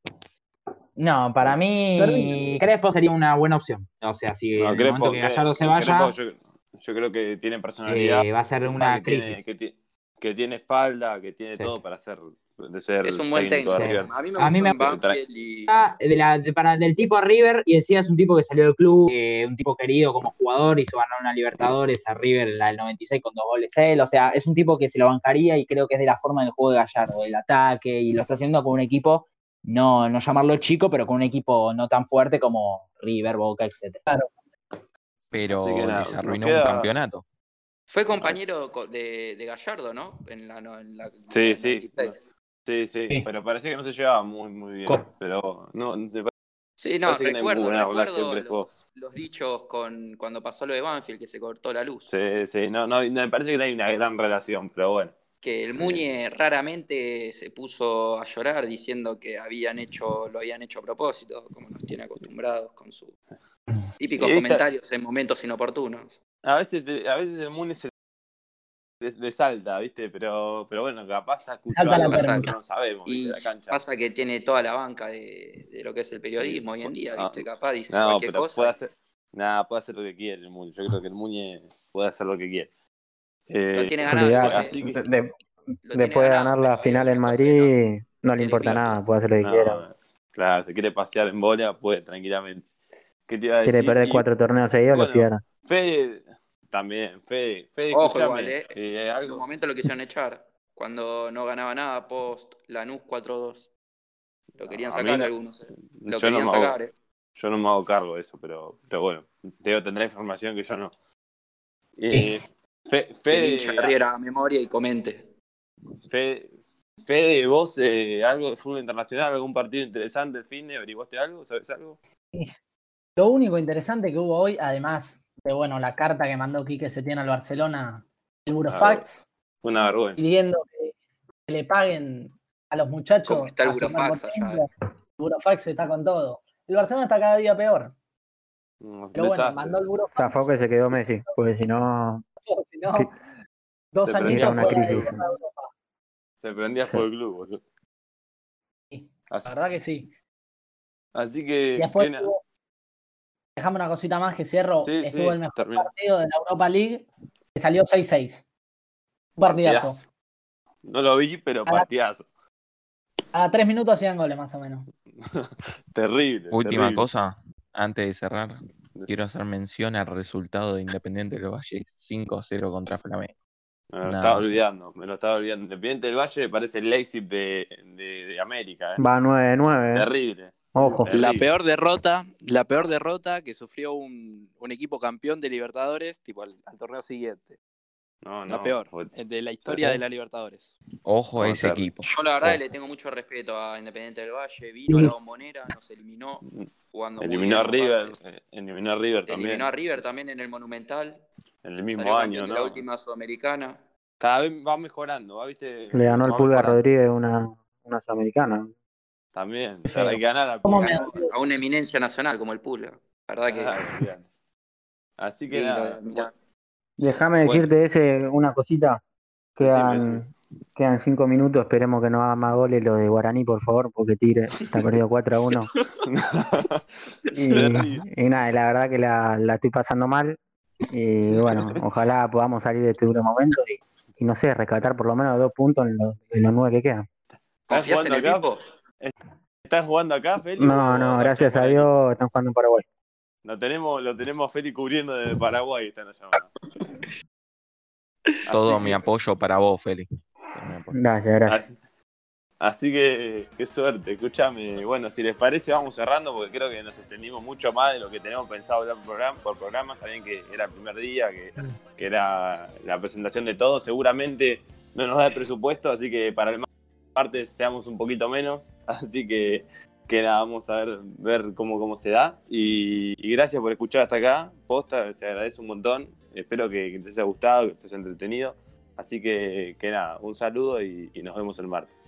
No, para mí Crespo sería una buena opción. O sea, si no, en el momento que Gallardo se vaya... Crespo, yo, yo creo que tiene personalidad. Eh, va a ser una que crisis. Tiene, que, que tiene espalda, que tiene sí. todo para ser, de ser es un buen técnico. técnico sí. A mí me, a mí me gusta y... de la, de, para, del tipo River, y encima es un tipo que salió del club, eh, un tipo querido como jugador, hizo ganar una Libertadores a River en la del noventa y seis con dos goles él. O sea, es un tipo que se lo bancaría y creo que es de la forma del juego de Gallardo, el ataque, y lo está haciendo con un equipo... No, no llamarlo chico, pero con un equipo no tan fuerte como River, Boca, etcétera. Claro. Pero les arruinó queda... un campeonato. Fue compañero de, de Gallardo, ¿no? En la, no, en la, sí, en sí. sí. Sí, sí. Pero parece que no se llevaba muy, muy bien. ¿Cómo? Pero no, Sí, no, Parece que recuerdo, no hay ninguna recuerdo relación los, los dichos con cuando pasó lo de Banfield, que se cortó la luz. Sí, sí, no, no, me parece que no hay una gran relación, pero bueno. Que el Muñe raramente se puso a llorar diciendo que habían hecho, lo habían hecho a propósito, como nos tiene acostumbrados con sus típicos Y, ¿viste? comentarios en momentos inoportunos. A veces, a veces el Muni se le, le salta, ¿viste? Pero, pero bueno, capaz escuchó Salta la algo que térmica. no sabemos, ¿viste? Y La cancha. pasa que tiene toda la banca de, de lo que es el periodismo hoy en día, No, ¿viste? Capaz dice no, cualquier pero cosa. puede hacer, nada, puede hacer lo que quiere el Muni. Yo creo que el Muni puede hacer lo que quiere. Eh, Lo tiene ganado Olvidate, igual, así ¿eh? que, de- Lo tiene después de ganado, ganar la pero final una en cosa es no Madrid, no le tener importa invicto. nada, puede hacer lo que quiera. no, claro, si quiere pasear en bola, puede tranquilamente. ¿Qué te iba a Quiere decir? perder Y cuatro torneos seguidos, los bueno, pierde. Fede, también, Fede, Fede, Ojo igual, escúchame, ¿eh? eh, En un algo. momento lo quisieron echar, cuando no ganaba nada post Lanús cuatro dos. Lo querían A mí sacar no, algunos, ¿eh? Lo yo no querían me hago, sacar, ¿eh? yo no me hago cargo de eso, pero, pero bueno, Teo tendrá información que yo no. Eh, Fe- Que el hincha Fede, riera a memoria y comente. Fede, Fede, vos, eh, algo de fútbol internacional, algún partido interesante el fin de, ¿averiguaste algo? ¿Sabes algo? Lo único interesante que hubo hoy, además de bueno, la carta que mandó Quique Setién al Barcelona, el Burofax, Una vergüenza. pidiendo que, que le paguen a los ¿Cómo muchachos está el a su Burofax mejor allá? tiempo. El Burofax está con todo. El Barcelona está cada día peor. Un Pero bueno, desastre. mandó el Burofax. Zafó que se quedó Messi, porque si no, Si no, que- dos Se añitos era una fuera de crisis. Europa. Se prendía fuego el club, boludo. Sí, Así, la verdad que sí. así Y que, después que na- estuvo, dejame una cosita más que cierro, sí, estuvo sí, el mejor termina. partido de la Europa League, que salió seis seis. Un partidazo. Partidazo. No lo vi, pero A la- partidazo. A tres minutos hacían goles más o menos. Terrible, Última terrible. cosa, antes de cerrar, quiero hacer mención al resultado de Independiente del Valle cinco a cero contra Flamengo. Me lo Nada estaba más. olvidando, me lo estaba olvidando. Independiente del Valle parece el Leipzig de, de, de América, ¿eh? va nueve nueve. Terrible. Ojo. Terrible. La peor derrota, la peor derrota que sufrió un, un equipo campeón de Libertadores, tipo al, al torneo siguiente. No, La no, peor, fue- de la historia de la Libertadores. Ojo a No, ese terrible. equipo. Yo la verdad Ojo. le tengo mucho respeto a Independiente del Valle. Vino a la Bombonera, nos eliminó, jugando muy Eliminó bien. a River, aparte. eh, eliminó a River también. Eliminó a River también en el Monumental. En el mismo Salió año, campeón de ¿no? la última Sudamericana. Cada vez va mejorando, ¿va? ¿Viste? Le ganó el Va Pulga mejorando. Rodríguez una, una sudamericana. También, Qué feo. hay que ganar a ¿Cómo Le me- ganó a una eminencia nacional como el Pulga. La verdad que Claro, olvidate. Así que digno de nada. admirar. Déjame Bueno. decirte ese una cosita. Decime, Quedan, decime. quedan cinco minutos, esperemos que no haga más goles lo de Guaraní, por favor, porque Tigre está perdido cuatro a uno. Y, Terrible. y nada, la verdad que la, la estoy pasando mal. Y bueno, ojalá podamos salir de este duro momento y, y no sé, rescatar por lo menos dos puntos en los, en los nueve que quedan. ¿Estás ¿Confías en jugando el acá? Pipo? ¿Estás jugando acá, Feli? No, o no, allá gracias en a Guaraní? Dios están jugando en Paraguay. Lo tenemos, lo tenemos a Feli cubriendo desde Paraguay, está en la llamada. Todo Así mi que- apoyo para vos, Feli. Todo mi apoyo. Gracias, gracias. Así, así que, qué suerte, escúchame. Bueno, si les parece, vamos cerrando porque creo que nos extendimos mucho más de lo que teníamos pensado hablar por programa. Por programa. Está bien que era el primer día, que, que era la presentación de todo. Seguramente no nos da el presupuesto, así que para el martes seamos un poquito menos. Así que, que nada, vamos a ver, ver cómo, cómo se da. Y, y gracias por escuchar hasta acá. Posta, se agradece un montón. Espero que, que te haya gustado, que te haya entretenido. Así que, que nada, un saludo y, y nos vemos el martes.